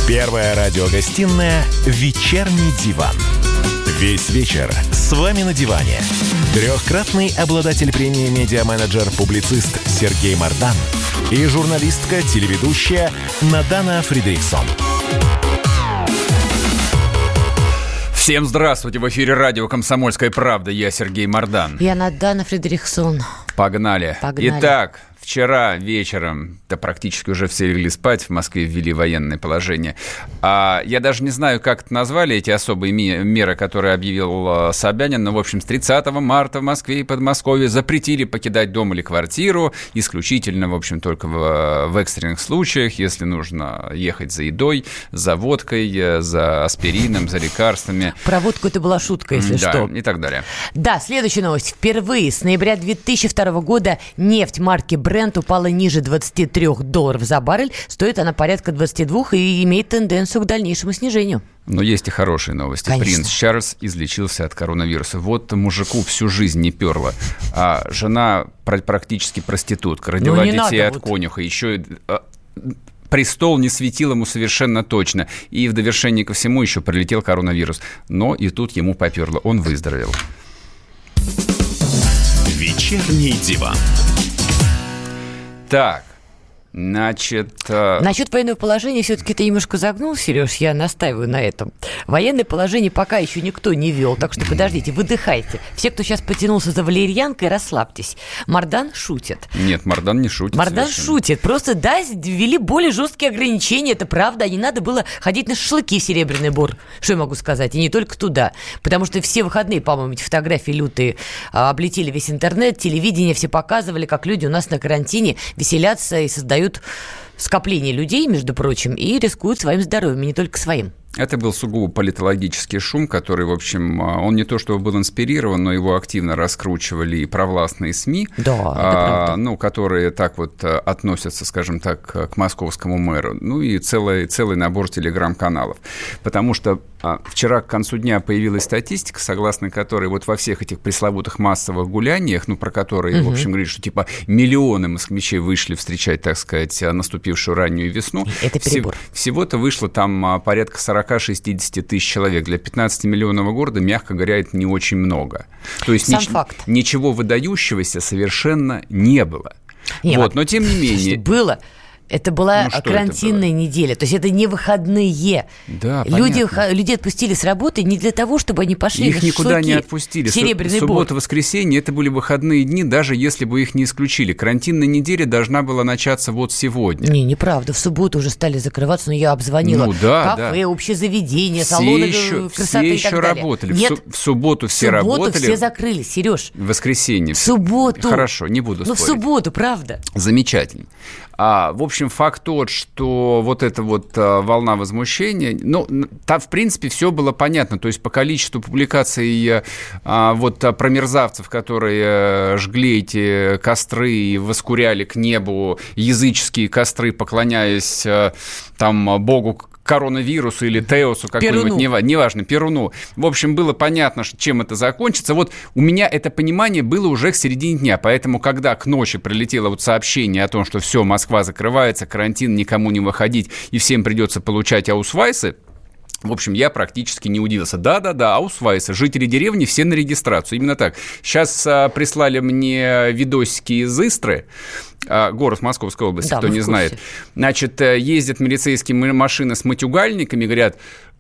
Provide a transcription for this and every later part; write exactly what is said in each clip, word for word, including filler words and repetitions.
Первая радиогостинная «Вечерний диван». Весь вечер с вами на диване. Трехкратный обладатель премии «Медиа-менеджер», публицист Сергей Мардан и журналистка-телеведущая Надана Фридрихсон. Всем здравствуйте! В эфире радио «Комсомольская правда». Я Сергей Мардан. Я Надана Фридрихсон. Погнали. Погнали. Итак, вчера вечером, да практически уже все легли спать, в Москве ввели военное положение. А, я даже не знаю, как это назвали, эти особые меры, которые объявил Собянин, но, в общем, с тридцатого марта в Москве и Подмосковье запретили покидать дом или квартиру, исключительно, в общем, только в, в экстренных случаях, если нужно ехать за едой, за водкой, за аспирином, за лекарствами. Про водку это была шутка, если да, что. И так далее. Да, следующая новость. Впервые с ноября две тысячи второго года нефть марки Brent упала ниже двадцати трёх долларов за баррель. Стоит она порядка двадцати двух и имеет тенденцию к дальнейшему снижению. Но есть и хорошие новости. Конечно. Принц Чарльз излечился от коронавируса. Вот мужику всю жизнь не перло. А жена практически проститутка. Родила ну, детей надо, от вот. конюха. Еще престол не светил ему совершенно точно. И в довершение ко всему еще прилетел коронавирус. Но и тут ему поперло. Он выздоровел. Вечерний диван. Так, значит... Э... Насчет военного положения все-таки ты немножко загнул, Сереж, я настаиваю на этом. Военное положение пока еще никто не вел, так что подождите, выдыхайте. Все, кто сейчас потянулся за валерьянкой, расслабьтесь. Мардан шутит. Нет, Мардан не шутит. Мардан совершенно. шутит. Просто, да, ввели более жесткие ограничения, это правда. Не надо было ходить на шашлыки в Серебряный Бор. Что я могу сказать? И не только туда. Потому что все выходные, по-моему, эти фотографии лютые а, облетели весь интернет, телевидение, все показывали, как люди у нас на карантине веселятся и создают скопление людей, между прочим, и рискуют своим здоровьем, и не только своим. Это был сугубо политологический шум, который, в общем, он не то чтобы был инспирирован, но его активно раскручивали и провластные СМИ, да, а, ну, которые так вот относятся, скажем так, к московскому мэру, ну и целый, целый набор телеграм-каналов. Потому что а, вчера к концу дня появилась статистика, согласно которой вот во всех этих пресловутых массовых гуляниях, ну, про которые, угу. в общем, говорит, что типа миллионы москвичей вышли встречать, так сказать, наступившую раннюю весну. Это перебор. Всего, всего-то вышло там порядка сорок-шестьдесят тысяч человек. Для пятнадцатимиллионного города, мягко говоря, это не очень много. То есть Сам нич- факт. ничего выдающегося совершенно не было. Не, вот, но тем не менее... Было... Это была ну, карантинная это неделя, то есть это не выходные. Да, Люди, людей отпустили с работы не для того, чтобы они пошли их на никуда не шашлыки отпустили. в Серебряный Бор. Суббота, воскресенье – это были выходные дни, даже если бы их не исключили. Карантинная неделя должна была начаться вот сегодня. Не, неправда. В субботу уже стали закрываться, но я обзвонила ну, да, кафе, да. общее заведение, все салоны еще, красоты все и еще так далее. работали. Нет, в, су- в субботу все в субботу работали. все закрылись, Сереж. В воскресенье. В субботу. Хорошо, не буду ну, спорить. Ну, в субботу, правда. Замечательно. А, в общем, факт тот, что вот эта вот а, волна возмущения, ну, там, в принципе, все было понятно. То есть по количеству публикаций а, вот а, про мерзавцев, которые а, жгли эти костры и воскуряли к небу языческие костры, поклоняясь а, там Богу, коронавирусу или Теосу, какой-нибудь, неважно, неважно, Перуну. В общем, было понятно, чем это закончится. Вот у меня это понимание было уже к середине дня, поэтому, когда к ночи прилетело вот сообщение о том, что все, Москва закрывается, карантин, никому не выходить, и всем придется получать аусвайсы, в общем, я практически не удивился. Да-да-да, аусвайсы, жители деревни все на регистрацию. Именно так. Сейчас а, прислали мне видосики из Истры, а, город Московской области, да, кто не знает. Значит, ездят милицейские машины с матюгальниками, говорят: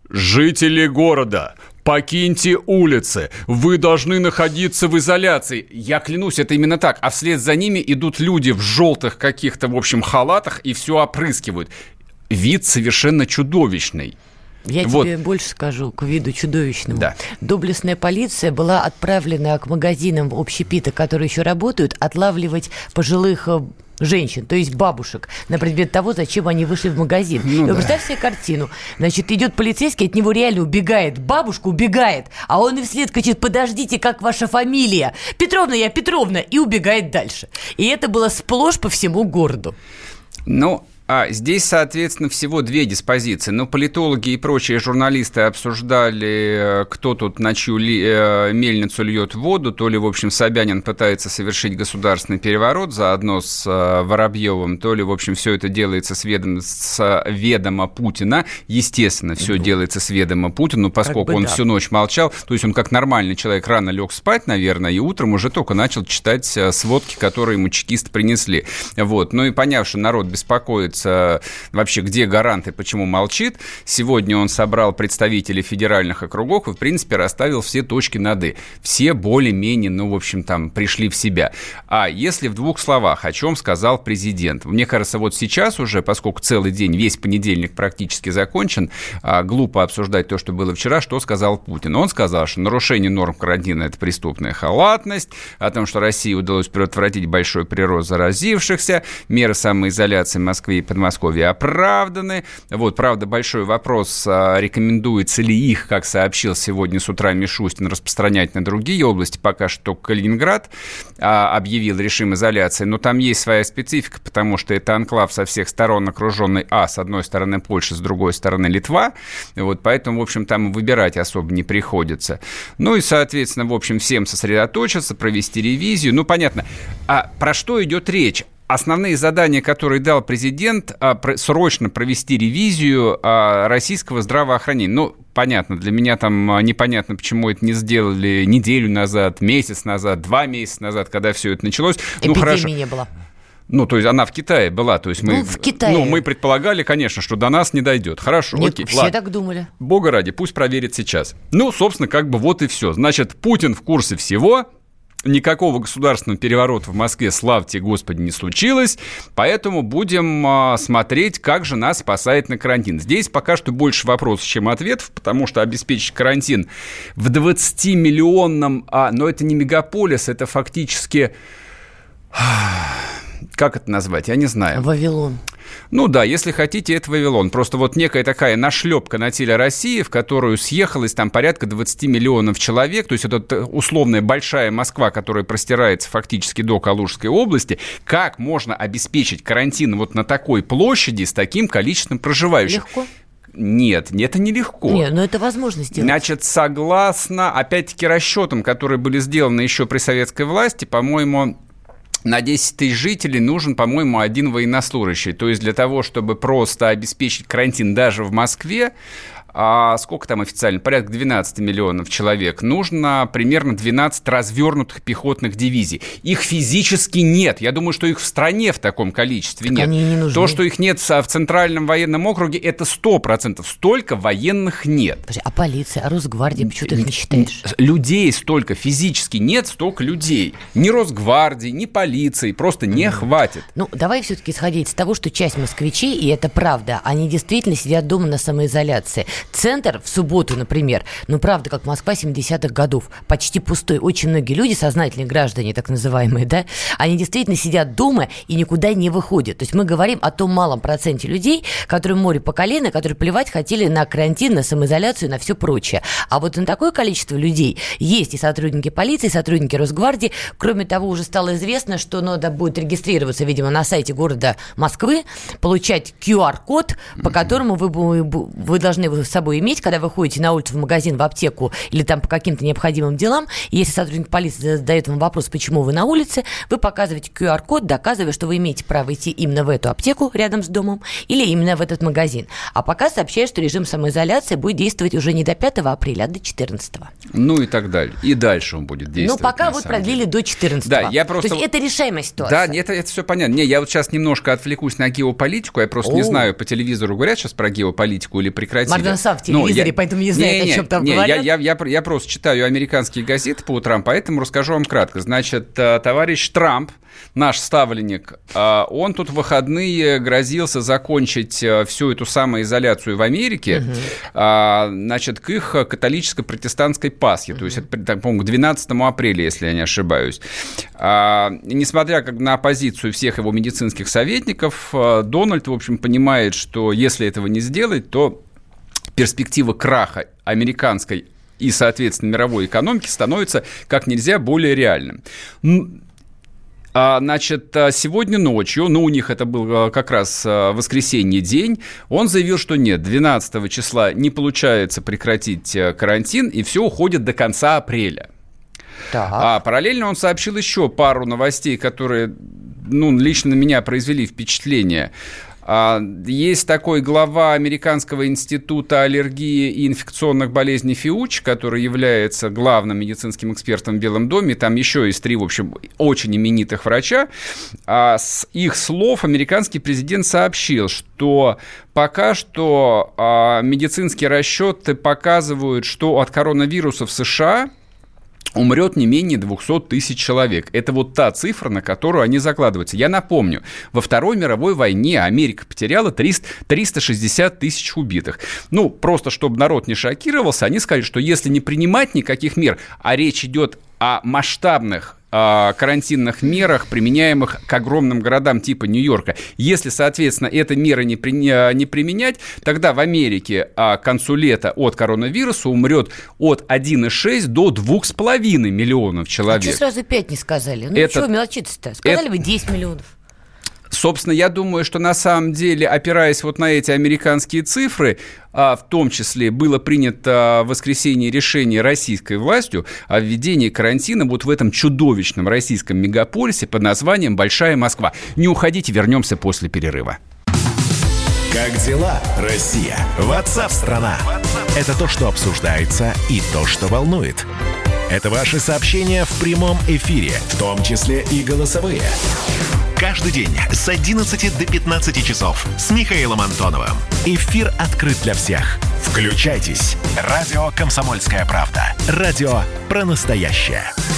жители города, покиньте улицы, вы должны находиться в изоляции. Я клянусь, это именно так. А вслед за ними идут люди в желтых каких-то, в общем, халатах и все опрыскивают. Вид совершенно чудовищный. Я вот. тебе больше скажу, к виду чудовищному. Да. Доблестная полиция была отправлена к магазинам общепита, которые еще работают, отлавливать пожилых женщин, то есть бабушек, на предмет того, зачем они вышли в магазин. Ну, да. Представь себе картину. Значит, идет полицейский, от него реально убегает. Бабушка убегает, а он и вслед кричит: подождите, как ваша фамилия? Петровна, я Петровна. И убегает дальше. И это было сплошь по всему городу. Ну, А здесь, соответственно, всего две диспозиции. Но политологи и прочие журналисты обсуждали, кто тут на чью ли, э, мельницу льет воду. То ли, в общем, Собянин пытается совершить государственный переворот заодно с э, Воробьевым, то ли, в общем, все это делается с, ведом, с ведома Путина. Естественно, все mm-hmm. делается с ведома Путина, поскольку он да. всю ночь молчал. То есть он, как нормальный человек, рано лег спать, наверное, и утром уже только начал читать сводки, которые ему чекисты принесли. Вот. Ну и поняв, что народ беспокоится вообще, где гарант и почему молчит. Сегодня он собрал представителей федеральных округов и, в принципе, расставил все точки над «и». Все более-менее, ну, в общем, там, пришли в себя. А если в двух словах, о чем сказал президент? Мне кажется, вот сейчас уже, поскольку целый день, весь понедельник практически закончен, глупо обсуждать то, что было вчера, что сказал Путин. Он сказал, что нарушение норм карантина – это преступная халатность, о том, что России удалось предотвратить большой прирост заразившихся, меры самоизоляции в Москве и Подмосковье оправданы. Вот, правда, большой вопрос, рекомендуется ли их, как сообщил сегодня с утра Мишустин, распространять на другие области. Пока что только Калининград а, объявил режим изоляции, но там есть своя специфика, потому что это анклав со всех сторон окруженный, а, с одной стороны Польша, с другой стороны Литва. Вот, поэтому, в общем, там выбирать особо не приходится. Ну и, соответственно, в общем, всем сосредоточиться, провести ревизию. Ну, понятно. А про что идет речь? Основные задания, которые дал президент, срочно провести ревизию российского здравоохранения. Ну, понятно, для меня там непонятно, почему это не сделали неделю назад, месяц назад, два месяца назад, когда все это началось. Эпидемии ну, хорошо. не было. Ну, то есть она в Китае была, то есть мы, ну, в Китае. Ну, мы предполагали, конечно, что до нас не дойдет. Хорошо, Нет, окей, все ладно. так думали. Бога ради, пусть проверит сейчас. Ну, собственно, как бы вот и все. Значит, Путин в курсе всего. Никакого государственного переворота в Москве, славьте Господи, не случилось, поэтому будем а, смотреть, как же нас спасает на карантин. Здесь пока что больше вопросов, чем ответов, потому что обеспечить карантин в двадцатимиллионном, а, но это не мегаполис, это фактически, как это назвать, я не знаю. Вавилон. Ну да, если хотите, это Вавилон. Просто вот некая такая нашлепка на теле России, в которую съехалось там порядка двадцать миллионов человек, то есть это условная большая Москва, которая простирается фактически до Калужской области. Как можно обеспечить карантин вот на такой площади с таким количеством проживающих? Легко. Нет, это нелегко. Нет, но это возможно сделать. Значит, согласно, опять-таки, расчетам, которые были сделаны еще при советской власти, по-моему, на десять тысяч жителей нужен, по-моему, один военнослужащий. То есть для того, чтобы просто обеспечить карантин даже в Москве, а сколько там официально? Порядка двенадцать миллионов человек. Нужно примерно двенадцать развернутых пехотных дивизий. Их физически нет. Я думаю, что их в стране в таком количестве так нет. Они не нужны. То, что их нет в Центральном военном округе, это сто процентов. Столько военных нет. Подожди, а полиция, а Росгвардия, почему ты их не считаешь? Людей столько физически нет, столько людей. Ни Росгвардии, ни полиции просто не mm. хватит. Ну, давай все-таки исходить из того, что часть москвичей, и это правда, они действительно сидят дома на самоизоляции. Центр в субботу, например, ну, правда, как Москва семидесятых годов, почти пустой. Очень многие люди, сознательные граждане, так называемые, да, они действительно сидят дома и никуда не выходят. То есть мы говорим о том малом проценте людей, которые море по колено, которые плевать хотели на карантин, на самоизоляцию, на все прочее. А вот на такое количество людей есть и сотрудники полиции, и сотрудники Росгвардии. Кроме того, уже стало известно, что надо будет регистрироваться, видимо, на сайте города Москвы, получать ку ар-код, по которому вы, вы должны с собой иметь, когда вы ходите на улицу, в магазин, в аптеку или там по каким-то необходимым делам. И если сотрудник полиции задает вам вопрос, почему вы на улице, вы показываете ку ар-код, доказывая, что вы имеете право идти именно в эту аптеку рядом с домом или именно в этот магазин. А пока сообщают, что режим самоизоляции будет действовать уже не до пятого апреля, а до четырнадцатого. Ну и так далее. И дальше он будет действовать. Ну, пока вот продлили деле. До четырнадцатого. Да, я просто... То есть это решаемая ситуация. Да, это, это все понятно. Не, я вот сейчас немножко отвлекусь на геополитику. Я просто О. не знаю, по телевизору говорят сейчас про геополитику или прекратили. Мардан Сав в телевизоре, ну, поэтому не знает, не, о чем там не, говорят. Я, я, я, я просто читаю американские газеты по утрам, поэтому расскажу вам кратко. Значит, товарищ Трамп, наш ставленник, он тут в выходные грозился закончить всю эту самоизоляцию в Америке, угу. значит, к их католическо-протестантской Пасхе, угу. то есть, это, по-моему, к двенадцатому апреля, если я не ошибаюсь. Несмотря на оппозицию всех его медицинских советников, Дональд, в общем, понимает, что если этого не сделать, то перспектива краха американской и, соответственно, мировой экономики становится как нельзя более реальным. А, значит, сегодня ночью, ну, у них это был как раз воскресенье день, он заявил, что нет, двенадцатого числа не получается прекратить карантин, и все уходит до конца апреля. Так. А параллельно он сообщил еще пару новостей, которые, ну, лично на меня произвели впечатление. Есть такой глава Американского института аллергии и инфекционных болезней ФИУЧ, который является главным медицинским экспертом в Белом доме. Там еще есть три, в общем, очень именитых врача. А с их слов американский президент сообщил, что пока что а, медицинские расчеты показывают, что от коронавируса в США умрет не менее двести тысяч человек. Это вот та цифра, на которую они закладываются. Я напомню, во Второй мировой войне Америка потеряла триста шестьдесят тысяч убитых. Ну, просто чтобы народ не шокировался, они сказали, что если не принимать никаких мер, а речь идет о масштабных карантинных мерах, применяемых к огромным городам типа Нью-Йорка. Если, соответственно, эти меры не, при, не применять, тогда в Америке к концу лета от коронавируса умрет от одного целых шести до двух с половиной миллионов человек. А что сразу пять не сказали? Ну, это, чего мелочиться-то? Сказали это, бы десять миллионов. Собственно, я думаю, что на самом деле, опираясь вот на эти американские цифры, а в том числе было принято в воскресенье решение российской властью о введении карантина вот в этом чудовищном российском мегаполисе под названием Большая Москва. Не уходите, вернемся после перерыва. Как дела, Россия? Ватсап-страна! Это то, что обсуждается, и то, что волнует. Это ваши сообщения в прямом эфире, в том числе и голосовые. Каждый день с одиннадцати до пятнадцати часов с Михаилом Антоновым. Эфир открыт для всех. Включайтесь. Радио «Комсомольская правда». Радио про настоящее.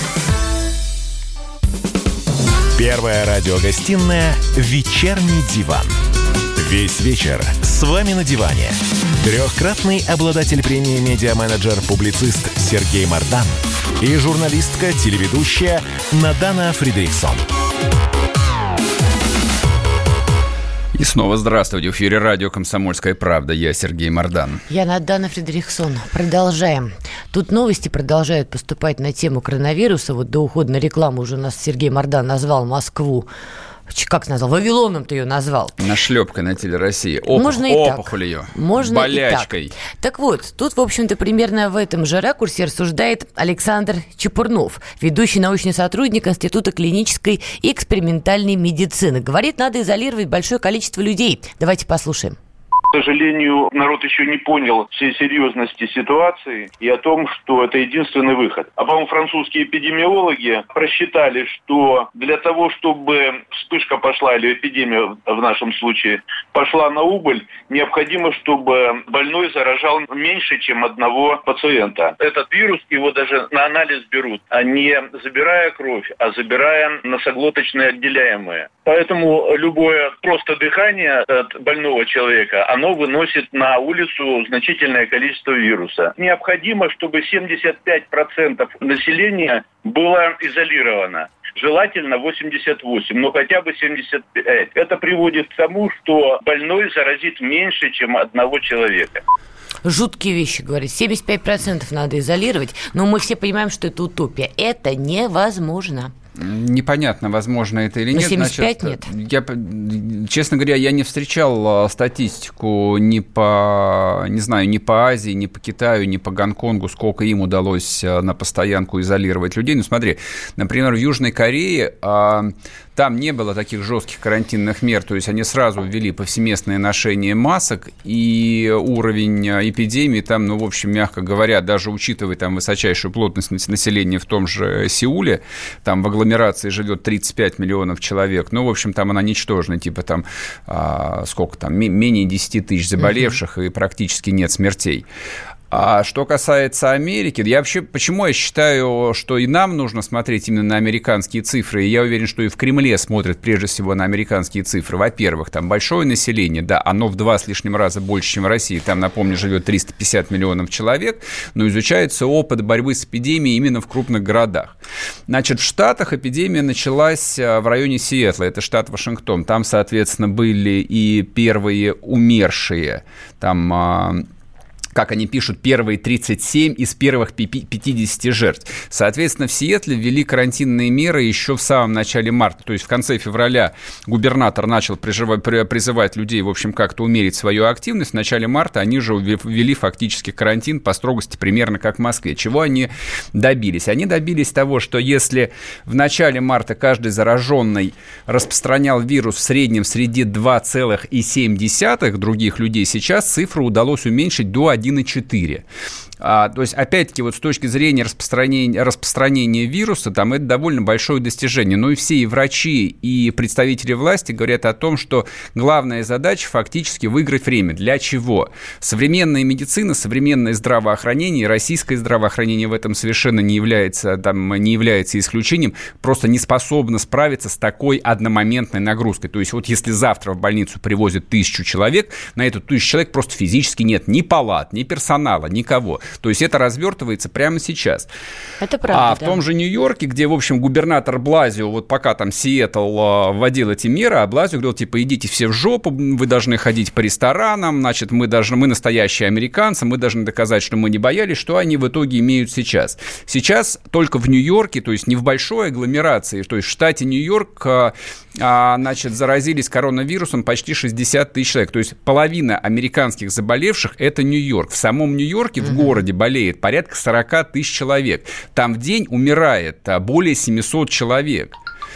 Первая радиогостинная «Вечерний диван». Весь вечер с вами на диване. Трехкратный обладатель премии «Медиа-менеджер», публицист Сергей Мардан и журналистка-телеведущая Надана Фридрихсон. И снова здравствуйте. В эфире радио «Комсомольская правда». Я Сергей Мардан. Я Надана Фридрихсон. Продолжаем. Тут новости продолжают поступать на тему коронавируса. Вот до ухода на рекламу уже у нас Сергей Мардан назвал Москву. Как назвал? Вавилоном ты ее назвал. Нашлепкой на теле России. Опух, Можно и опухоль так. ее. Можно болячкой. И так. Так вот, тут, в общем-то, примерно в этом же ракурсе рассуждает Александр Чепурнов, ведущий научный сотрудник Института клинической и экспериментальной медицины. Говорит, надо изолировать большое количество людей. Давайте послушаем. К сожалению, народ еще не понял всей серьезности ситуации и о том, что это единственный выход. А, по-моему, французские эпидемиологи просчитали, что для того, чтобы вспышка пошла, или эпидемия в нашем случае, пошла на убыль, необходимо, чтобы больной заражал меньше, чем одного пациента. Этот вирус, его даже на анализ берут, а не забирая кровь, а забирая носоглоточные отделяемые. Поэтому любое просто дыхание от больного человека, оно выносит на улицу значительное количество вируса. Необходимо, чтобы семьдесят пять процентов населения было изолировано. Желательно восемьдесят восемь, но хотя бы семьдесят пять. Это приводит к тому, что больной заразит меньше, чем одного человека. Жуткие вещи, говорит. семьдесят пять процентов надо изолировать, но мы все понимаем, что это утопия. Это невозможно. Непонятно, возможно это или нет. На семьдесят пять Значит, нет. Я, честно говоря, я не встречал статистику ни по, не знаю, ни по Азии, ни по Китаю, ни по Гонконгу, сколько им удалось на постоянку изолировать людей. Ну, смотри, например, в Южной Корее там не было таких жестких карантинных мер, то есть они сразу ввели повсеместное ношение масок, и уровень эпидемии там, ну, в общем, мягко говоря, даже учитывая там высочайшую плотность населения в том же Сеуле, там в агломерации живет тридцать пять миллионов человек, ну, в общем, там она ничтожна, типа там, а, сколько там, менее десять тысяч заболевших, uh-huh. и практически нет смертей. А что касается Америки, я вообще, почему я считаю, что и нам нужно смотреть именно на американские цифры, и я уверен, что и в Кремле смотрят прежде всего на американские цифры. Во-первых, там большое население, да, оно в два с лишним раза больше, чем в России, там, напомню, живет триста пятьдесят миллионов человек, но изучается опыт борьбы с эпидемией именно в крупных городах. Значит, в Штатах эпидемия началась в районе Сиэтла, это штат Вашингтон, там, соответственно, были и первые умершие, там... как они пишут, первые тридцать семь из первых пятидесяти жертв. Соответственно, в Сиэтле ввели карантинные меры еще в самом начале марта. То есть в конце февраля губернатор начал призывать людей, в общем, как-то умерить свою активность. В начале марта они же ввели фактически карантин по строгости примерно как в Москве. Чего они добились? Они добились того, что если в начале марта каждый зараженный распространял вирус в среднем среди два целых семь десятых других людей, сейчас цифру удалось уменьшить до одного целых четыре десятых. А, то есть, опять-таки, вот с точки зрения распространения, распространения вируса, там это довольно большое достижение. Но и все и врачи, и представители власти говорят о том, что главная задача фактически выиграть время. Для чего? Современная медицина, современное здравоохранение, российское здравоохранение в этом совершенно не является, там, не является исключением, просто не способно справиться с такой одномоментной нагрузкой. То есть, вот если завтра в больницу привозят тысячу человек, на эту тысячу человек просто физически нет ни палат, ни персонала, никого. То есть это развертывается прямо сейчас. Это правда, а в да. том же Нью-Йорке, где, в общем, губернатор Блазио, вот пока там Сиэтл вводил эти меры, а Блазио говорил, типа, идите все в жопу, вы должны ходить по ресторанам, значит, мы должны, мы настоящие американцы, мы должны доказать, что мы не боялись, что они в итоге имеют сейчас. Сейчас только в Нью-Йорке, то есть не в большой агломерации, то есть в штате Нью-Йорк, а, значит, заразились коронавирусом почти шестьдесят тысяч человек. То есть половина американских заболевших – это Нью-Йорк. В самом Нью-Йорке, в городе, болеет порядка сорок тысяч человек. Там в день умирает более семьсот человек.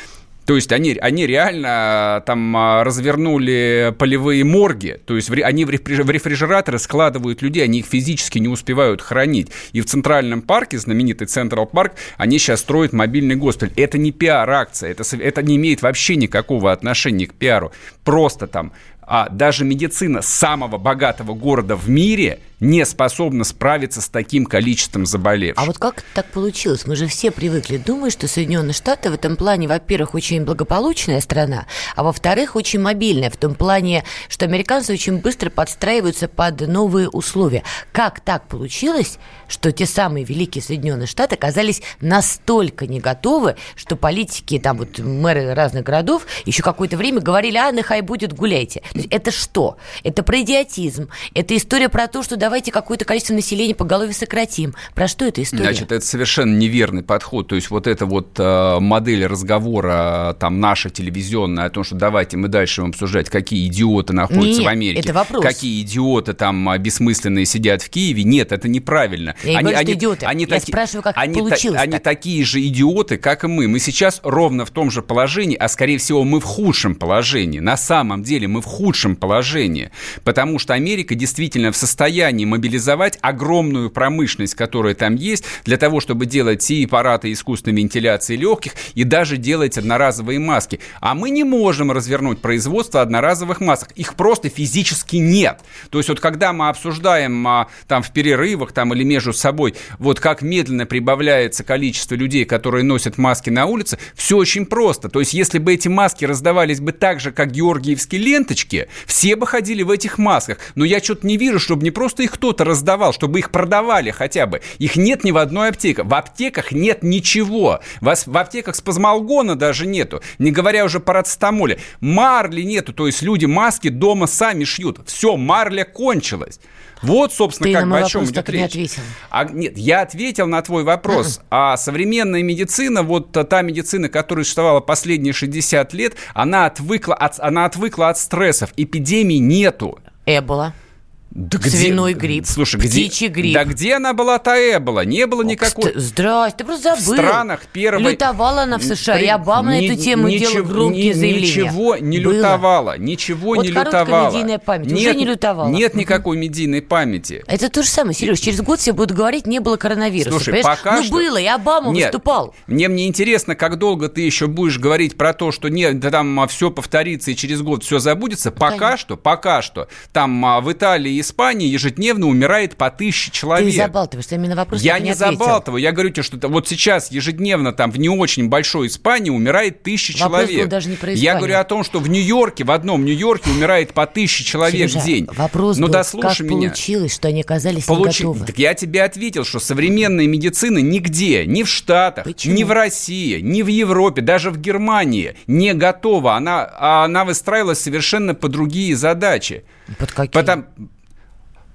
То есть они, они реально там развернули полевые морги, то есть они в рефрижераторы складывают людей, они их физически не успевают хранить. И в Центральном парке, знаменитый Централ Парк, они сейчас строят мобильный госпиталь. Это не пиар-акция, это, это не имеет вообще никакого отношения к пиару. Просто там а даже медицина самого богатого города в мире не способна справиться с таким количеством заболевших. А вот как так получилось? Мы же все привыкли думать, что Соединенные Штаты в этом плане, во-первых, очень благополучная страна, а во-вторых, очень мобильная, в том плане, что американцы очень быстро подстраиваются под новые условия. Как так получилось, что те самые великие Соединенные Штаты оказались настолько не готовы, что политики, там вот мэры разных городов еще какое-то время говорили, а, нехай будет, гуляйте. То есть это что? Это про идиотизм, это история про то, что давайте какое-то количество населения поголовье сократим. Про что эта история? Значит, это совершенно неверный подход. То есть вот эта вот э, модель разговора, там, наша телевизионная, о том, что давайте мы дальше будем обсуждать, какие идиоты находятся Нет, в Америке. Это вопрос. Какие идиоты там бессмысленные сидят в Киеве. Нет, это неправильно. Я не они, говорю, они, что идиоты. Они Я таки, спрашиваю, как они, получилось та, они такие же идиоты, как и мы. Мы сейчас ровно в том же положении, а скорее всего мы в худшем положении. На самом деле мы в худшем положении. Потому что Америка действительно в состоянии мобилизовать огромную промышленность, которая там есть, для того, чтобы делать и аппараты искусственной вентиляции легких, и даже делать одноразовые маски. А мы не можем развернуть производство одноразовых масок. Их просто физически нет. То есть вот когда мы обсуждаем а, там в перерывах там, или между собой, вот как медленно прибавляется количество людей, которые носят маски на улице, все очень просто. То есть если бы эти маски раздавались бы так же, как георгиевские ленточки, все бы ходили в этих масках. Но я что-то не вижу, чтобы не просто их кто-то раздавал, чтобы их продавали хотя бы. Их нет ни в одной аптеке. В аптеках нет ничего. В аптеках спазмолгона даже нету. Не говоря уже про парацетамоле. Марли нету. То есть люди маски дома сами шьют. Все, марля кончилась. Вот, собственно, Ты как бы о чем идет идет речь. Не ответил. А, нет, я ответил на твой вопрос. А современная медицина, вот та медицина, которая существовала последние шестьдесят лет, она отвыкла от, она отвыкла от стрессов. Эпидемий нету. Эбола. Да свиной где, грипп, слушай, птичий где, грипп. Да где она была, та Эбола? Не было никакой... Здрасте, ты просто забыл. В странах первой... Лютовала она в США, При... и Обама ни, на эту тему ничего, делал громкие ни, заявления. Ничего не было. лютовала, ничего вот не лютовала. Вот короткая медийная память, нет, уже не лютовала. Нет никакой медийной памяти. Это то же самое, Сереж, через год все будут говорить, не было коронавируса. Слушай, пока ну что... было, и Обама нет, выступал. Мне, мне интересно, как долго ты еще будешь говорить про то, что нет, да, там все повторится и через год все забудется. Пока Конечно. что, пока что, там в Италии и Испании ежедневно умирает по тысяче человек. Ты забалтываешь, именно вопрос Я не, не ответил. забалтываю, я говорю тебе, что вот сейчас ежедневно там в не очень большой Испании умирает тысяча вопрос человек. Был даже не про я говорю о том, что в Нью-Йорке, в одном Нью-Йорке умирает по тысяче человек Сережа, в день. Вопрос Но был, дослушай как меня. получилось, что они оказались Получи... не готовы. Так я тебе ответил, что современная медицина нигде, ни в Штатах, Почему? ни в России, ни в Европе, даже в Германии не готова. Она, она выстраивалась совершенно по другие задачи. Под какие? Потому...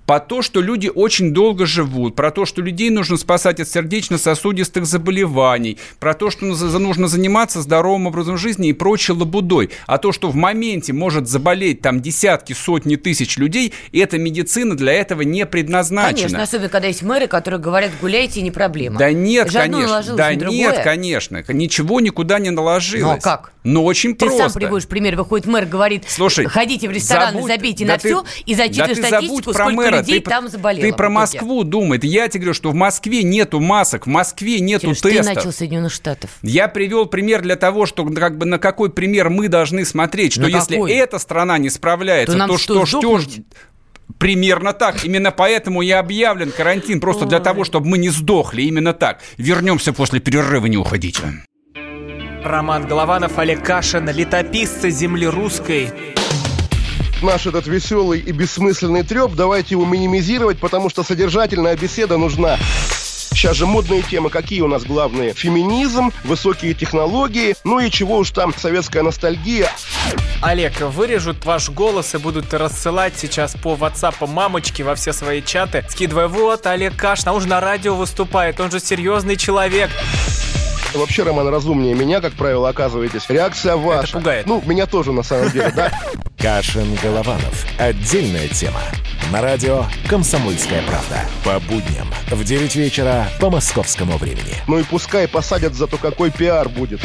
по то, что люди очень долго живут, про то, что людей нужно спасать от сердечно-сосудистых заболеваний, про то, что нужно заниматься здоровым образом жизни и прочей лабудой. А то, что в моменте может заболеть там десятки, сотни тысяч людей, эта медицина для этого не предназначена. Конечно, особенно когда есть мэры, которые говорят, гуляйте, не проблема. Да нет, конечно. Да нет, конечно. Ничего никуда не наложилось. Ну а как? Ну очень Ты просто. Ты сам приводишь пример, выходит мэр, говорит, слушай, ходите в рестораны, забудь, забейте да на ты, все и зачитывай да статистику, сколько мэра, людей ты, там заболело. Ты про Москву думай. Я тебе говорю, что в Москве нету масок, в Москве нету Сереж, тестов. ты начал с Соединенных Штатов. Я привел пример для того, что как бы на какой пример мы должны смотреть, что на если какой? эта страна не справляется, то, нам то что, что ж... Примерно так. Именно поэтому и объявлен карантин. Просто Ой. для того, чтобы мы не сдохли. Именно так. Вернемся после перерыва, не уходите. Роман Голованов, Олег Кашин, летописцы земли русской. Наш этот веселый и бессмысленный треп, давайте его минимизировать, потому что содержательная беседа нужна. Сейчас же модные темы, какие у нас главные? Феминизм, высокие технологии, ну и чего уж там, советская ностальгия. Олег, вырежут ваш голос и будут рассылать сейчас по WhatsApp мамочки во все свои чаты, скидывая, вот, Олег Кашин, а он же на радио выступает, он же серьезный человек. Вообще, Роман, разумнее меня, как правило, оказываетесь. Реакция ваша. Это пугает. Ну, меня тоже, на самом деле, да? Кашин-Голованов. Отдельная тема. На радио «Комсомольская правда». По будням в девять вечера по московскому времени. Ну и пускай посадят, зато какой пиар будет.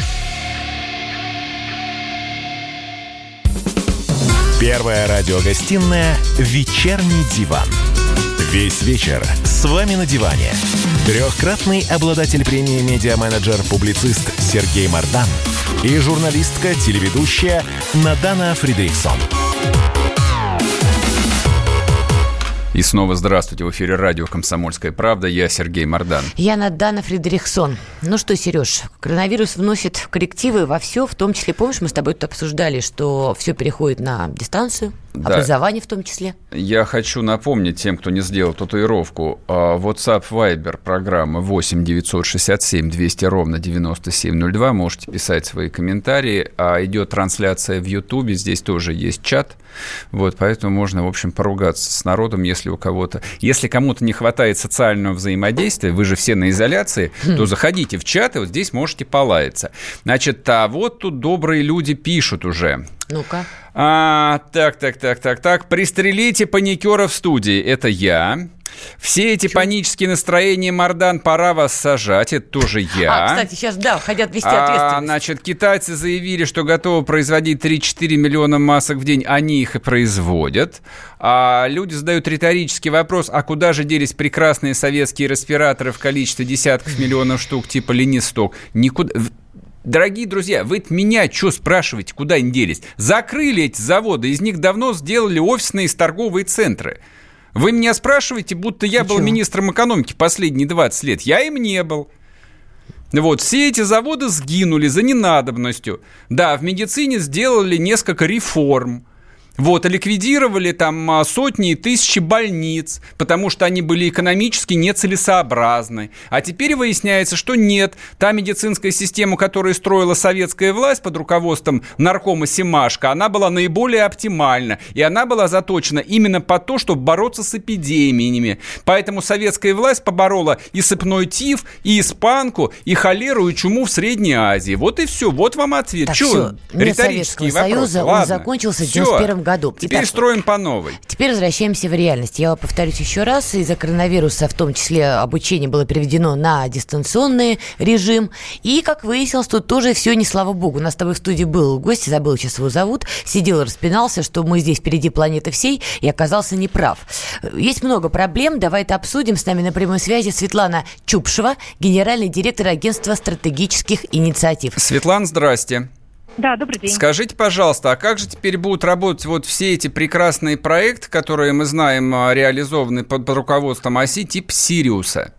Первая радиогостинная «Вечерний диван». Весь вечер с вами на диване. Трехкратный обладатель премии «Медиа-менеджер-публицист» Сергей Мардан и журналистка-телеведущая Надана Фридрихсон. И снова здравствуйте. В эфире радио «Комсомольская правда». Я Сергей Мардан. Я Надана Фридрихсон. Ну что, Сереж, коронавирус вносит коррективы во все, в том числе, помнишь, мы с тобой тут обсуждали, что все переходит на дистанцию, да. Образование в том числе. Я хочу напомнить тем, кто не сделал татуировку, WhatsApp Viber программы восемь девятьсот шестьдесят семь двести ровно девяносто семь ноль два. Можете писать свои комментарии. А идет трансляция в Ютубе, здесь тоже есть чат. Вот, поэтому можно, в общем, поругаться с народом, если у кого-то... Если кому-то не хватает социального взаимодействия, вы же все на изоляции, хм. то заходите в чат, и вот здесь можете полаяться. Значит, а вот тут добрые люди пишут уже. Ну-ка. А, так, так, так, так, так. Пристрелите паникера в студии. Это я. Все эти Чё? Панические настроения, Мардан, пора вас сажать. Это тоже я. А, кстати, сейчас, да, хотят вести а, ответственность. Значит, китайцы заявили, что готовы производить три-четыре миллиона масок в день. Они их и производят. А люди задают риторический вопрос, а куда же делись прекрасные советские респираторы в количестве десятков миллионов штук типа Ленисток? Никуда... Дорогие друзья, вы меня что спрашиваете, куда они делись? Закрыли эти заводы, из них давно сделали офисные и торговые центры. Вы меня спрашиваете, будто я был министром экономики последние двадцать лет. Я им не был. Вот, все эти заводы сгинули за ненадобностью. Да, в медицине сделали несколько реформ. Вот, ликвидировали там сотни и тысячи больниц, потому что они были экономически нецелесообразны. А теперь выясняется, что нет. Та медицинская система, которую строила советская власть под руководством наркома Семашко, она была наиболее оптимальна. И она была заточена именно по то, чтобы бороться с эпидемиями. Поэтому советская власть поборола и сыпной тиф, и испанку, и холеру, и чуму в Средней Азии. Вот и все. Вот вам ответ. Так, Чего? Нет Советского Союза, он закончился в девяносто первом году. Теперь Итак, строим по новой. Теперь возвращаемся в реальность. Я повторюсь еще раз. Из-за коронавируса, в том числе, обучение было переведено на дистанционный режим. И, как выяснилось, тут тоже все не слава богу. У нас с тобой в студии был гость, забыл, сейчас его зовут. Сидел и распинался, что мы здесь впереди планеты всей, и оказался неправ. Есть много проблем. Давай это обсудим. С нами на прямой связи Светлана Чупшева, генеральный директор агентства стратегических инициатив. Светлана, здрасте. Да, добрый день. Скажите, пожалуйста, а как же теперь будут работать вот все эти прекрасные проекты, которые мы знаем реализованы под, под руководством ОСИ, типа Сириуса?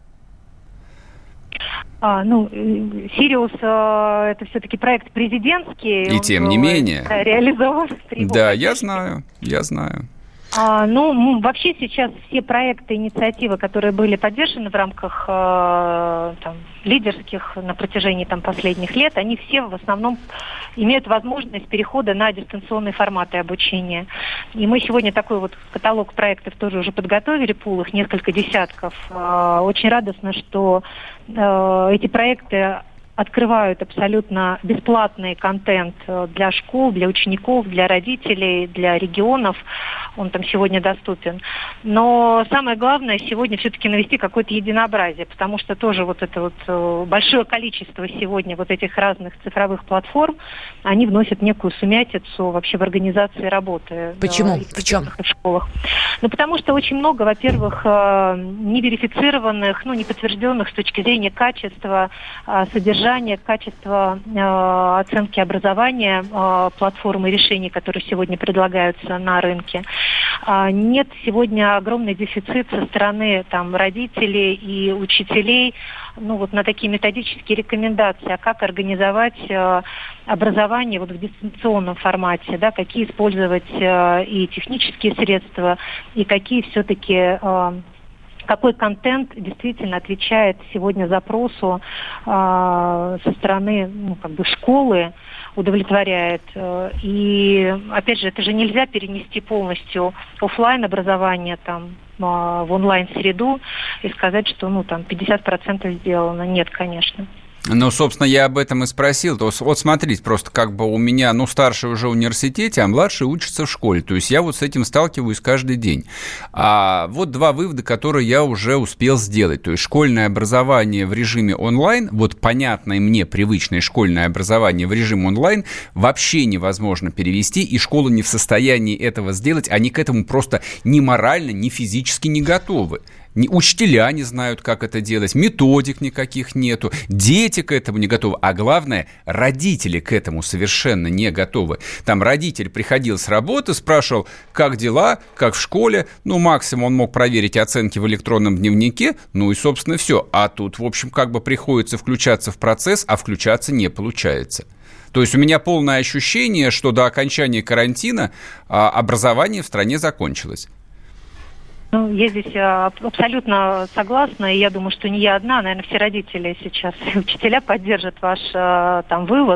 А, ну, Сириус а, это все-таки проект президентский. И тем не менее. Реализован. Да, я знаю, я знаю. А, ну, вообще сейчас все проекты, инициативы, которые были поддержаны в рамках э, там, лидерских на протяжении там, последних лет, они все в основном имеют возможность перехода на дистанционные форматы обучения. И мы сегодня такой вот каталог проектов тоже уже подготовили, пул их несколько десятков. Э, очень радостно, что э, эти проекты открывают абсолютно бесплатный контент для школ, для учеников, для родителей, для регионов. Он там сегодня доступен. Но самое главное сегодня все-таки навести какое-то единообразие, потому что тоже вот это вот большое количество сегодня вот этих разных цифровых платформ, они вносят некую сумятицу вообще в организации работы. Почему? Да, в чем? В школах. Ну, потому что очень много, во-первых, неверифицированных, ну, неподтвержденных с точки зрения качества, содержания, качества э, оценки образования, э, платформы решений, которые сегодня предлагаются на рынке. Э, нет сегодня огромный дефицит со стороны там, родителей и учителей, ну, вот на такие методические рекомендации, а как организовать э, образование вот в дистанционном формате, да, какие использовать э, и технические средства, и какие все-таки... Э, какой контент действительно отвечает сегодня запросу э, со стороны ну, как бы школы, удовлетворяет. И, опять же, это же нельзя перенести полностью офлайн образование там, э, в онлайн-среду и сказать, что ну, там, пятьдесят процентов сделано. Нет, конечно. Ну, собственно, я об этом и спросил. То есть, вот смотрите, просто как бы у меня, ну, старший уже в университете, а младший учится в школе. То есть я вот с этим сталкиваюсь каждый день. А вот два вывода, которые я уже успел сделать. То есть школьное образование в режиме онлайн, вот понятное мне привычное школьное образование в режим онлайн вообще невозможно перевести, и школа не в состоянии этого сделать. Они к этому просто ни морально, ни физически не готовы. Ни учителя не знают, как это делать, методик никаких нету, дети к этому не готовы, а главное, родители к этому совершенно не готовы. Там родитель приходил с работы, спрашивал, как дела, как в школе, ну, максимум он мог проверить оценки в электронном дневнике, ну и, собственно, все. А тут, в общем, как бы приходится включаться в процесс, а включаться не получается. То есть у меня полное ощущение, что до окончания карантина а, образование в стране закончилось. Ну, я здесь а, абсолютно согласна, и я думаю, что не я одна, наверное, все родители сейчас, учителя поддержат ваш а, там вывод.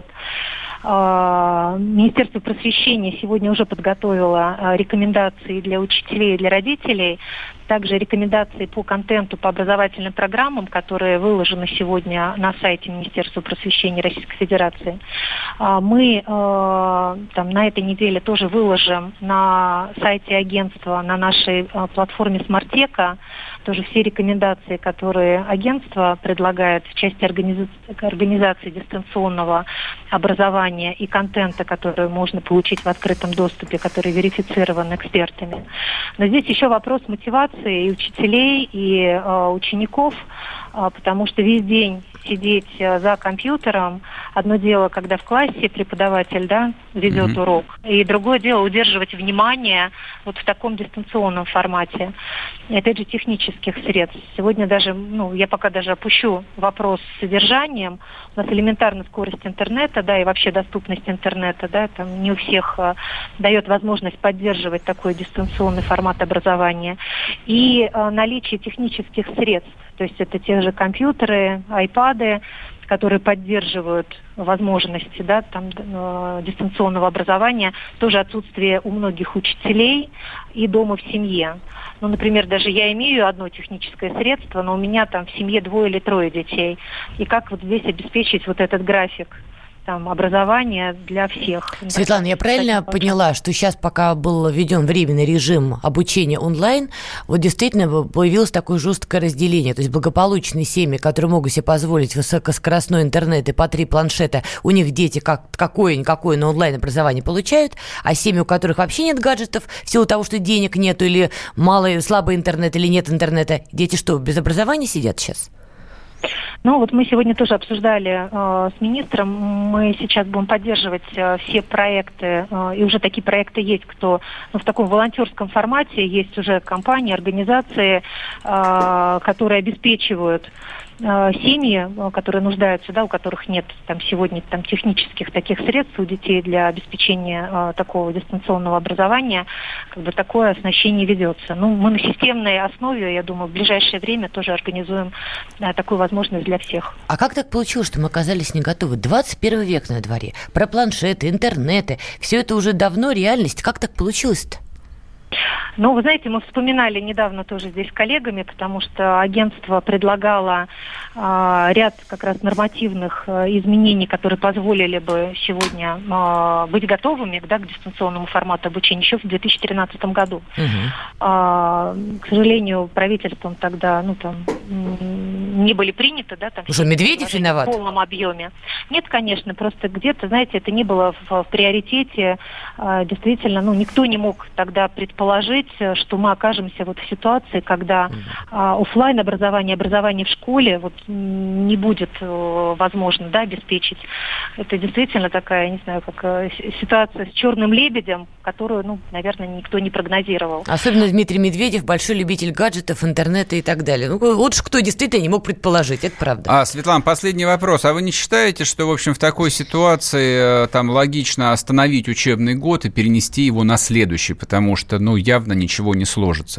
А, Министерство просвещения сегодня уже подготовило а, рекомендации для учителей и для родителей, также рекомендации по контенту, по образовательным программам, которые выложены сегодня на сайте Министерства просвещения Российской Федерации. А, мы а, там, на этой неделе тоже выложим на сайте агентства, на нашей а, платформе Смартека, тоже все рекомендации, которые агентство предлагает в части организации, организации дистанционного образования и контента, который можно получить в открытом доступе, который верифицирован экспертами. Но здесь еще вопрос мотивации и учителей, и э, учеников, э, потому что весь день сидеть э, за компьютером, одно дело, когда в классе преподаватель, да, ведет mm-hmm. урок, и другое дело удерживать внимание вот в таком дистанционном формате. И, опять же, технических средств. Сегодня даже, ну, я пока даже опущу вопрос с содержанием. У нас элементарная скорость интернета, да, и вообще доступность интернета, да, там не у всех э, дает возможность поддерживать такой дистанционный формат образования. И э, наличие технических средств, то есть это те же компьютеры, айпады, которые поддерживают возможности, да, там, э, дистанционного образования, тоже отсутствие у многих учителей и дома в семье. Ну, например, даже я имею одно техническое средство, но у меня там в семье двое или трое детей. И как вот здесь обеспечить вот этот график там, образования для всех? Светлана, я правильно поняла, что сейчас, пока был введен временный режим обучения онлайн, вот действительно появилось такое жесткое разделение, то есть благополучные семьи, которые могут себе позволить высокоскоростной интернет и по три планшета, у них дети как, какое-никакое на онлайн-образование получают, а семьи, у которых вообще нет гаджетов, в силу того, что денег нету, или малый, слабый интернет, или нет интернета, дети что, без образования сидят сейчас? Ну, вот мы сегодня тоже обсуждали э, с министром, мы сейчас будем поддерживать э, все проекты, э, и уже такие проекты есть, кто ну, в таком волонтерском формате, есть уже компании, организации, э, которые обеспечивают семьи, которые нуждаются, да, у которых нет там сегодня там технических таких средств у детей для обеспечения такого дистанционного образования, как бы такое оснащение ведется. Ну, мы на системной основе, я думаю, в ближайшее время тоже организуем такую возможность для всех. А как так получилось, что мы оказались не готовы? двадцать первый век на дворе. Про планшеты, интернеты. Все это уже давно реальность. Как так получилось-то? Ну, вы знаете, мы вспоминали недавно тоже здесь с коллегами, потому что агентство предлагало э, ряд как раз нормативных э, изменений, которые позволили бы сегодня э, быть готовыми, да, к дистанционному формату обучения еще в две тысячи тринадцатом году. Угу. Э, к сожалению, правительством тогда ну, там, не были приняты. Да, там, что, Медведев виноват? В полном объеме. Нет, конечно, просто где-то, знаете, это не было в, в приоритете. Э, действительно, ну, никто не мог тогда предположить, что мы окажемся вот в ситуации, когда а, офлайн образование, образование в школе вот не будет а, возможно, да, обеспечить. Это действительно такая, не знаю, как а, ситуация с черным лебедем, которую, ну, наверное, никто не прогнозировал. Особенно Дмитрий Медведев, большой любитель гаджетов, интернета и так далее. Ну, вот ж кто действительно не мог предположить, это правда. А, Светлана, последний вопрос. А вы не считаете, что, в общем, в такой ситуации там логично остановить учебный год и перенести его на следующий, потому что, ну, явно ничего не сложится?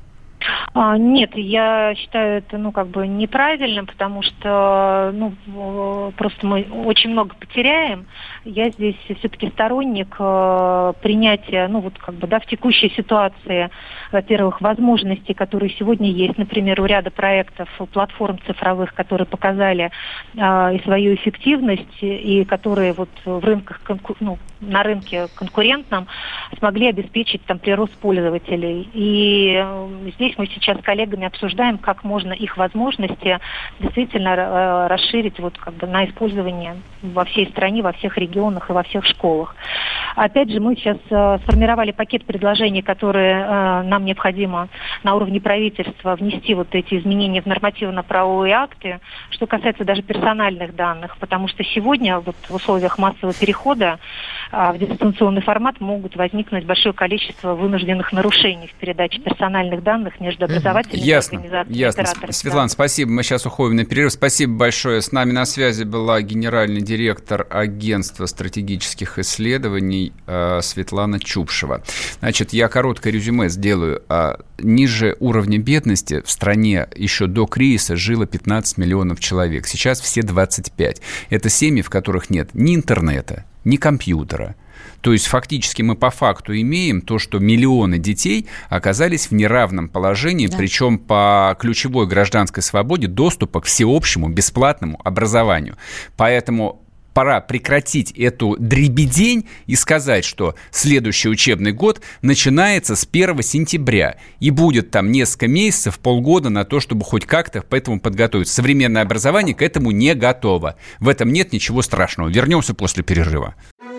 А, нет, я считаю это, ну, как бы неправильным, потому что, ну, просто мы очень много потеряем. Я здесь все-таки сторонник э, принятия, ну, вот, как бы, да, в текущей ситуации, во-первых, возможностей, которые сегодня есть, например, у ряда проектов, платформ цифровых, которые показали э, и свою эффективность, и которые вот в рынках, конку- ну, на рынке конкурентном смогли обеспечить там прирост пользователей. И э, здесь мы сейчас с коллегами обсуждаем, как можно их возможности действительно э, расширить вот, как бы, на использование во всей стране, во всех регионах и во всех школах. Опять же, мы сейчас э, сформировали пакет предложений, которые э, нам необходимо на уровне правительства внести вот эти изменения в нормативно-правовые акты, что касается даже персональных данных, потому что сегодня вот в условиях массового перехода э, в дистанционный формат могут возникнуть большое количество вынужденных нарушений в передаче персональных данных между образовательными ясно, организациями. Ясно. Светлана, да. Спасибо. Мы сейчас уходим на перерыв. Спасибо большое. С нами на связи была генеральный директор агентства стратегических исследований э, Светлана Чупшева. Значит, я короткое резюме сделаю. А, ниже уровня бедности в стране еще до кризиса жило пятнадцать миллионов человек. Сейчас все двадцать пять. Это семьи, в которых нет ни интернета, ни компьютера. То есть фактически мы по факту имеем то, что миллионы детей оказались в неравном положении, да. Причем по ключевой гражданской свободе доступа к всеобщему бесплатному образованию. Поэтому пора прекратить эту дребедень и сказать, что следующий учебный год начинается с первого сентября. И будет там несколько месяцев, полгода на то, чтобы хоть как-то к этому подготовиться. Современное образование к этому не готово. В этом нет ничего страшного. Вернемся после перерыва.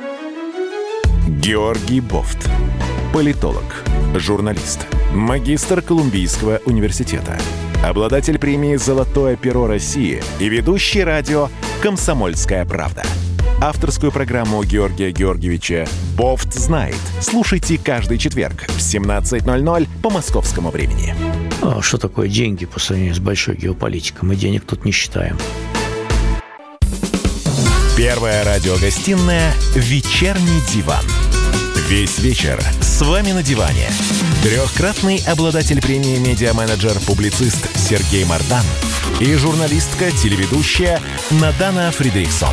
Георгий Бофт. Политолог, журналист, магистр Колумбийского университета, обладатель премии «Золотое перо России» и ведущий радио «Комсомольская правда». Авторскую программу Георгия Георгиевича «Бофт знает». Слушайте каждый четверг в семнадцать ноль ноль по московскому времени. А что такое деньги по сравнению с большой геополитикой? Мы денег тут не считаем. Первая радиогостинная «Вечерний диван». Весь вечер с вами на диване. Трехкратный обладатель премии «Медиа-менеджер-публицист» Сергей Мардан и журналистка-телеведущая Надана Фридрихсон.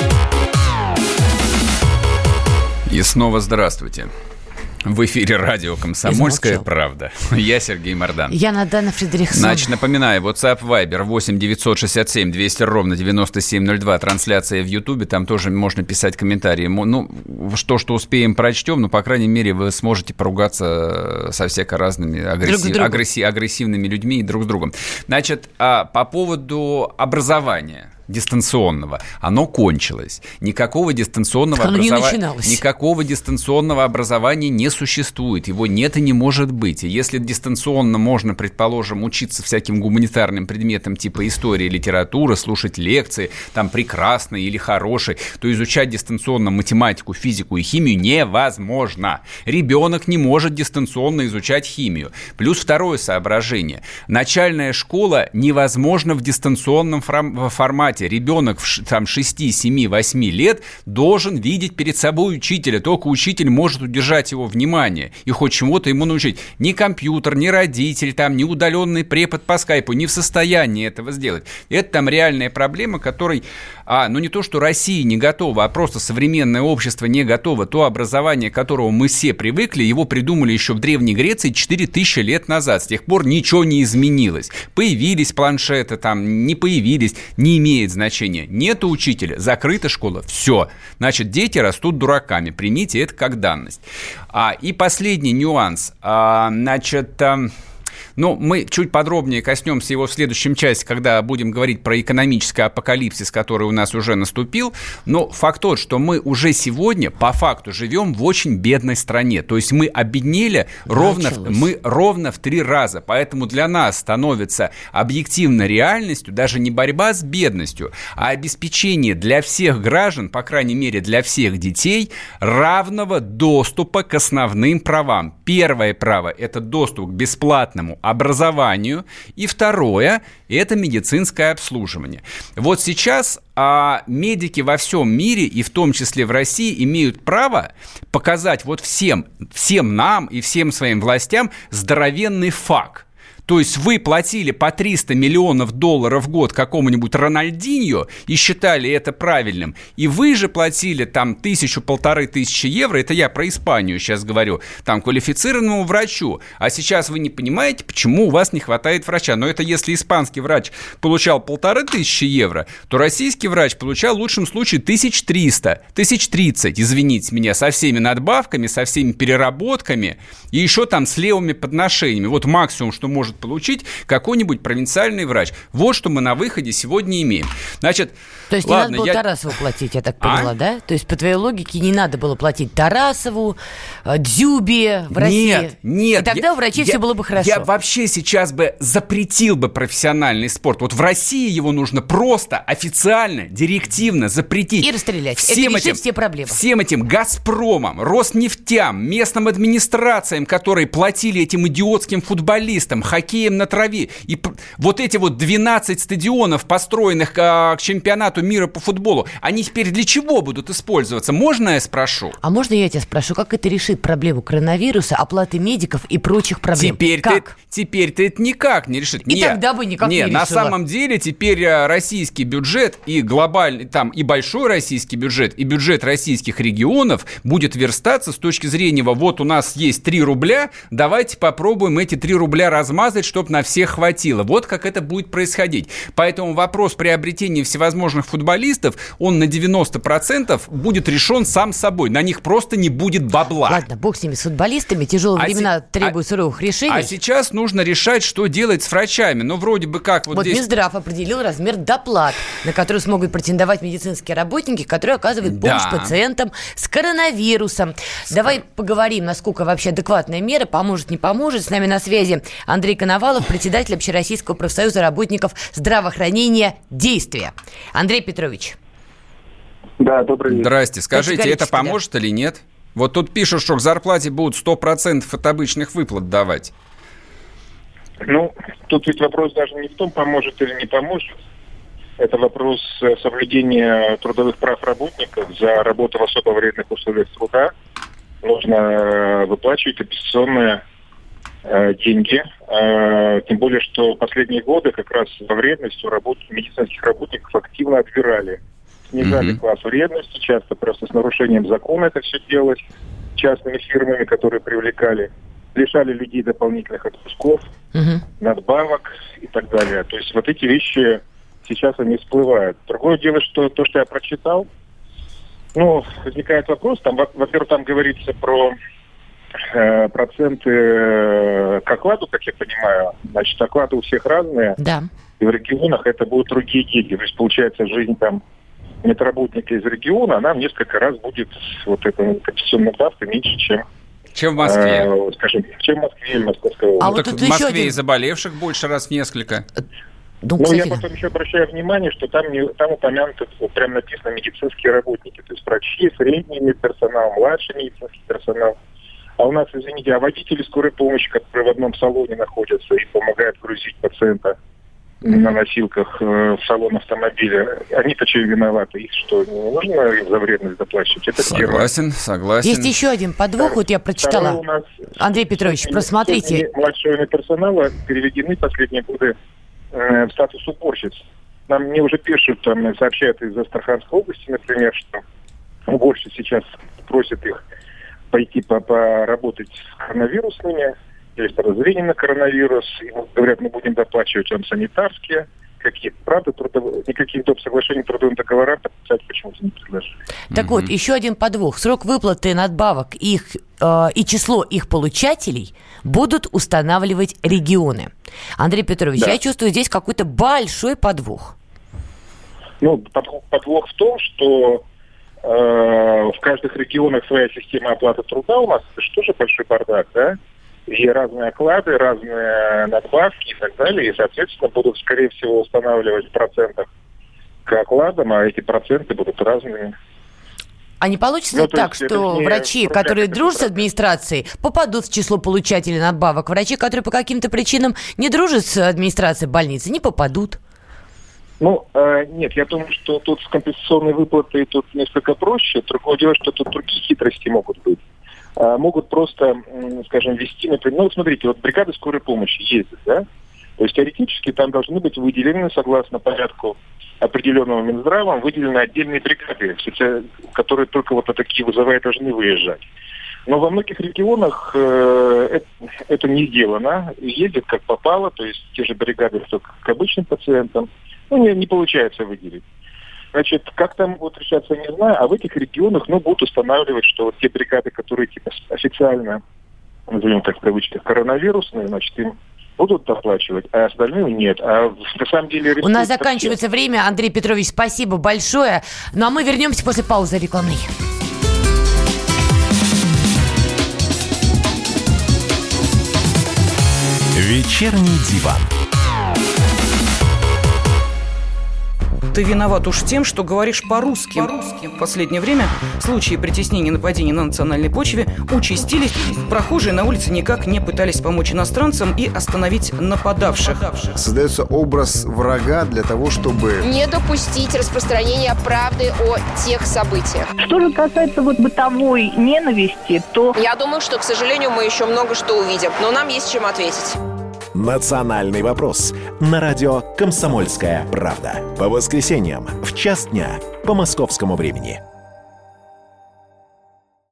И снова здравствуйте. В эфире радио «Комсомольская правда». Я Сергей Мардан. Я Надана Фридрихсон. Значит, напоминаю, WhatsApp, Viber восемь девятьсот шестьдесят семь двести ровно девяносто семь ноль два. Трансляция в Ютубе, там тоже можно писать комментарии. Ну, что, что успеем, прочтем, но, по крайней мере, вы сможете поругаться со всяко разными агрессив... агрессив... агрессивными людьми и друг с другом. Значит, по поводу образования. дистанционного, оно кончилось. Никакого дистанционного образования, никакого дистанционного образования не существует. Его нет и не может быть. И если дистанционно можно, предположим, учиться всяким гуманитарным предметам типа истории, литературы, слушать лекции, там прекрасные или хорошие, то изучать дистанционно математику, физику и химию невозможно. Ребенок не может дистанционно изучать химию. Плюс второе соображение. Начальная школа невозможно в дистанционном формате. Ребенок в там, шесть, семь, восемь лет должен видеть перед собой учителя. Только учитель может удержать его внимание и хоть чему-то ему научить. Ни компьютер, ни родитель, там, ни удаленный препод по скайпу не в состоянии этого сделать. Это там реальная проблема, которой, а, ну не то, что Россия не готова, а просто современное общество не готово. То образование, к которому мы все привыкли, его придумали еще в Древней Греции четыре тысячи лет назад. С тех пор ничего не изменилось. Появились планшеты, там, не появились, не имеет значения. Нету учителя, закрыта школа, все. Значит, дети растут дураками. Примите это как данность. А, и последний нюанс. А, значит... Ну, мы чуть подробнее коснемся его в следующем часе, когда будем говорить про экономический апокалипсис, который у нас уже наступил. Но факт тот, что мы уже сегодня по факту живем в очень бедной стране. То есть мы обеднели ровно, мы ровно в три раза. Поэтому для нас становится объективно реальностью даже не борьба с бедностью, а обеспечение для всех граждан, по крайней мере для всех детей, равного доступа к основным правам. Первое право – это доступ к бесплатному образованию, и второе – это медицинское обслуживание. Вот сейчас а, медики во всем мире, и в том числе в России, имеют право показать вот всем, всем нам и всем своим властям здоровенный факт. То есть вы платили по триста миллионов долларов в год какому-нибудь Рональдиньо и считали это правильным. И вы же платили там тысячу-полторы тысячи евро, это я про Испанию сейчас говорю, там квалифицированному врачу. А сейчас вы не понимаете, почему у вас не хватает врача. Но это если испанский врач получал полторы тысячи евро, то российский врач получал в лучшем случае тысяча триста, тысяча тридцать, извините меня, со всеми надбавками, со всеми переработками и еще там с левыми подношениями. Вот максимум, что может получить какой-нибудь провинциальный врач. Вот что мы на выходе сегодня имеем. Значит, то есть ладно, не надо было я... Тарасову платить, я так поняла, а? да? То есть по твоей логике не надо было платить Тарасову, Дзюбе в России? Нет, нет. И тогда я, у врачей я, все было бы хорошо. Я вообще сейчас бы запретил бы профессиональный спорт. Вот в России его нужно просто официально, директивно запретить. И расстрелять. Всем Это решит этим, все проблемы. Всем этим Газпромам, Роснефтям, местным администрациям, которые платили этим идиотским футболистам, хоккеем на траве. И вот эти вот двенадцать стадионов, построенных к чемпионату мира по футболу, они теперь для чего будут использоваться? Можно я спрошу? А можно я тебя спрошу, как это решит проблему коронавируса, оплаты медиков и прочих проблем? Теперь как? Ты, теперь-то это никак не решит. И нет, тогда бы никак нет, не на решила. самом деле теперь российский бюджет и глобальный, там и большой российский бюджет, и бюджет российских регионов будет верстаться с точки зрения, вот у нас есть три рубля, давайте попробуем эти три рубля размазать, чтобы на всех хватило. Вот как это будет происходить. Поэтому вопрос приобретения всевозможных футболистов, он на девяносто процентов будет решен сам собой. На них просто не будет бабла. Ладно, бог с ними, с футболистами. Тяжелые а времена си- требуют а, суровых решений. А сейчас нужно решать, что делать с врачами. Ну, вроде бы как вот, вот здесь... Минздрав определил размер доплат, на который смогут претендовать медицинские работники, которые оказывают помощь да. пациентам с коронавирусом. С... Давай поговорим, насколько вообще адекватная мера, поможет, не поможет. С нами на связи Андрей Коновалов, председатель Общероссийского профсоюза работников здравоохранения «Действия». Андрей Петрович. Да, добрый день. Здрасте. Скажите, это поможет да. или нет? Вот тут пишут, что к зарплате будут сто процентов от обычных выплат давать. Ну, тут ведь вопрос даже не в том, поможет или не поможет. Это вопрос соблюдения трудовых прав работников. За работу в особо вредных условиях труда нужно выплачивать компенсационные э, деньги. Э, тем более, что в последние годы как раз во вредность у работ... медицинских работников активно отбирали. Снижали mm-hmm. класс вредности, часто просто с нарушением закона это все делалось, частными фирмами, которые привлекали, лишали людей дополнительных отпусков, mm-hmm. надбавок и так далее. То есть вот эти вещи сейчас они всплывают. Другое дело, что то, что я прочитал, ну, возникает вопрос, там, во-первых, там говорится про э, проценты э, к окладу, как я понимаю, значит, оклады у всех разные. Да. И в регионах это будут другие деньги. То есть, получается, жизнь там медработника из региона, она в несколько раз будет, вот эта компенсационная давка, меньше, чем... Чем в Москве. Э, скажем, чем в Москве или Московской области. А ну, вот так тут в Москве еще один... и заболевших больше раз в несколько. Ну, Ну, кстати, я потом еще обращаю внимание, что там, не, там упомянуты, вот, прям написано медицинские работники, то есть врачи, средний медперсонал, младший медицинский персонал. А у нас, извините, а водители скорой помощи, которые в одном салоне находятся и помогают грузить пациента на носилках э, в салон автомобиля, они-то что виноваты? Их что, не нужно им за вредность доплачивать? Это Согласен, первое. согласен. есть еще один подвох, вот я прочитала. У нас Андрей Петрович, сотни- просмотрите. сотни младшего медперсонала переведены в последние годы э, в статус уборщиц. Нам мне уже пишут, там, сообщают из Астраханской области, например, что уборщицы сейчас просят их пойти по- поработать с коронавирусными, есть подозрение на коронавирус, и говорят, мы будем доплачивать вам санитарские, какие-то, правда, трудов... никаких доп. Соглашений, трудовым договорам подписать почему-то не предложили. Так mm-hmm. вот, еще один подвох. Срок выплаты надбавок их, э, и число их получателей будут устанавливать регионы. Андрей Петрович, Да. я чувствую здесь какой-то большой подвох. Ну, подвох, подвох в том, что э, в каждых регионах своя система оплаты труда у нас, это же тоже большой бардак, да? И разные оклады, разные надбавки и так далее. И, соответственно, будут, скорее всего, устанавливать в процентах к окладам, а эти проценты будут разными. А не получится Ну, ли то так, есть это что не врачи, проблема, которые это дружат с проблема. администрацией, попадут в число получателей надбавок? Врачи, которые по каким-то причинам не дружат с администрацией больницы, не попадут? Ну, э, нет, я думаю, что тут с компенсационной выплатой тут несколько проще. Другое дело, что тут другие хитрости могут быть. Э, могут просто, м, скажем, ввести, например, ну, вот смотрите, вот бригады скорой помощи ездят, да? То есть теоретически там должны быть выделены, согласно порядку определенного Минздравом, выделены отдельные бригады, которые только вот на такие вызовы должны выезжать. Но во многих регионах э, это, это не сделано. Ездят как попало, то есть те же бригады, что к обычным пациентам. Ну, не, не получается выделить. Значит, как там будут решаться, не знаю, а в этих регионах, ну, будут устанавливать, что вот те бригады, которые типа официально, назовем так в кавычках, коронавирусные, значит, им будут доплачивать, а остальные нет. А на самом деле... У нас заканчивается время. Андрей Петрович, спасибо большое. Ну, а мы вернемся после паузы рекламной. Вечерний диван. Ты виноват уж тем, что говоришь по-русски. по-русски. В последнее время случаи притеснения и нападений на национальной почве участились. Прохожие на улице никак не пытались помочь иностранцам и остановить нападавших. Создается образ врага для того, чтобы... не допустить распространения правды о тех событиях. Что же касается вот бытовой ненависти, то... Я думаю, что, к сожалению, мы еще много что увидим, но нам есть чем ответить. «Национальный вопрос» на радио «Комсомольская правда». По воскресеньям в час дня по московскому времени.